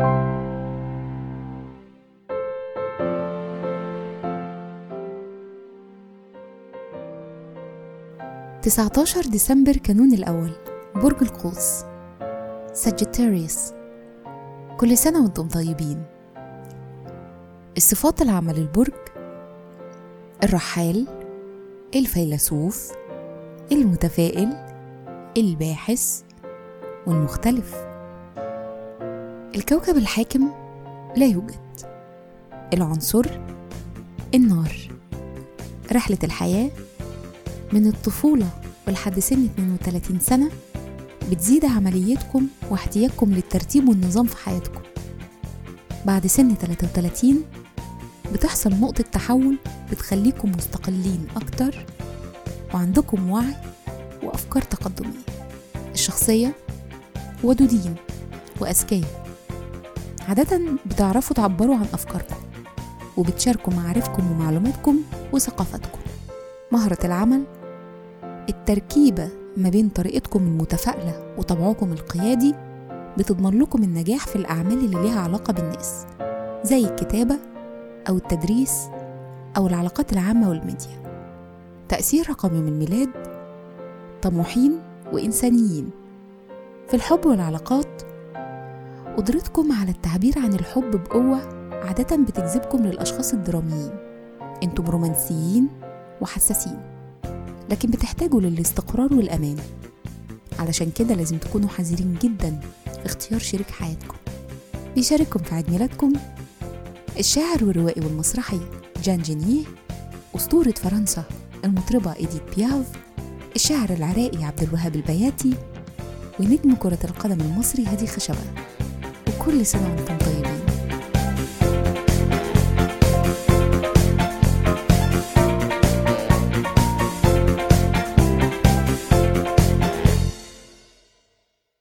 ديسمبر 19 كانون الأول، برج القوس، ساجيتاريوس. كل سنة وانتم طيبين. الصفات العامة للبرج: الرحال، الفيلسوف، المتفائل، الباحث، والمختلف. الكوكب الحاكم لا يوجد. العنصر: النار. رحلة الحياة من الطفولة ولحد سن 32 سنة بتزيد عمليتكم واحتياجكم للترتيب والنظام في حياتكم. بعد سن 33 بتحصل نقطة تحول بتخليكم مستقلين أكتر وعندكم وعي وأفكار تقدمية. الشخصية: ودودين وأذكياء، عادة بتعرفوا تعبروا عن أفكاركم وبتشاركوا معارفكم ومعلوماتكم وثقافتكم. مهارة العمل: التركيبة ما بين طريقتكم المتفائلة وطبعكم القيادي بتضمن لكم النجاح في الأعمال اللي ليها علاقة بالناس، زي الكتابة أو التدريس أو العلاقات العامة والميديا. تأثير رقم يوم الميلاد: طموحين وإنسانيين. في الحب والعلاقات، قدرتكم على التعبير عن الحب بقوة عادة بتجذبكم للأشخاص الدراميين. انتم رومانسيين وحساسين، لكن بتحتاجوا للاستقرار والأمان، علشان كده لازم تكونوا حذرين جدا في اختيار شريك حياتكم. بيشارككم في عيد ميلادكم الشاعر والروائي والمسرحي جان جينيه، أسطورة فرنسا المطربة إديت بياف، الشاعر العراقي عبد الوهاب البياتي، ونجم كرة القدم المصري هادي خشبة. وكل سنة وانتم طيبين.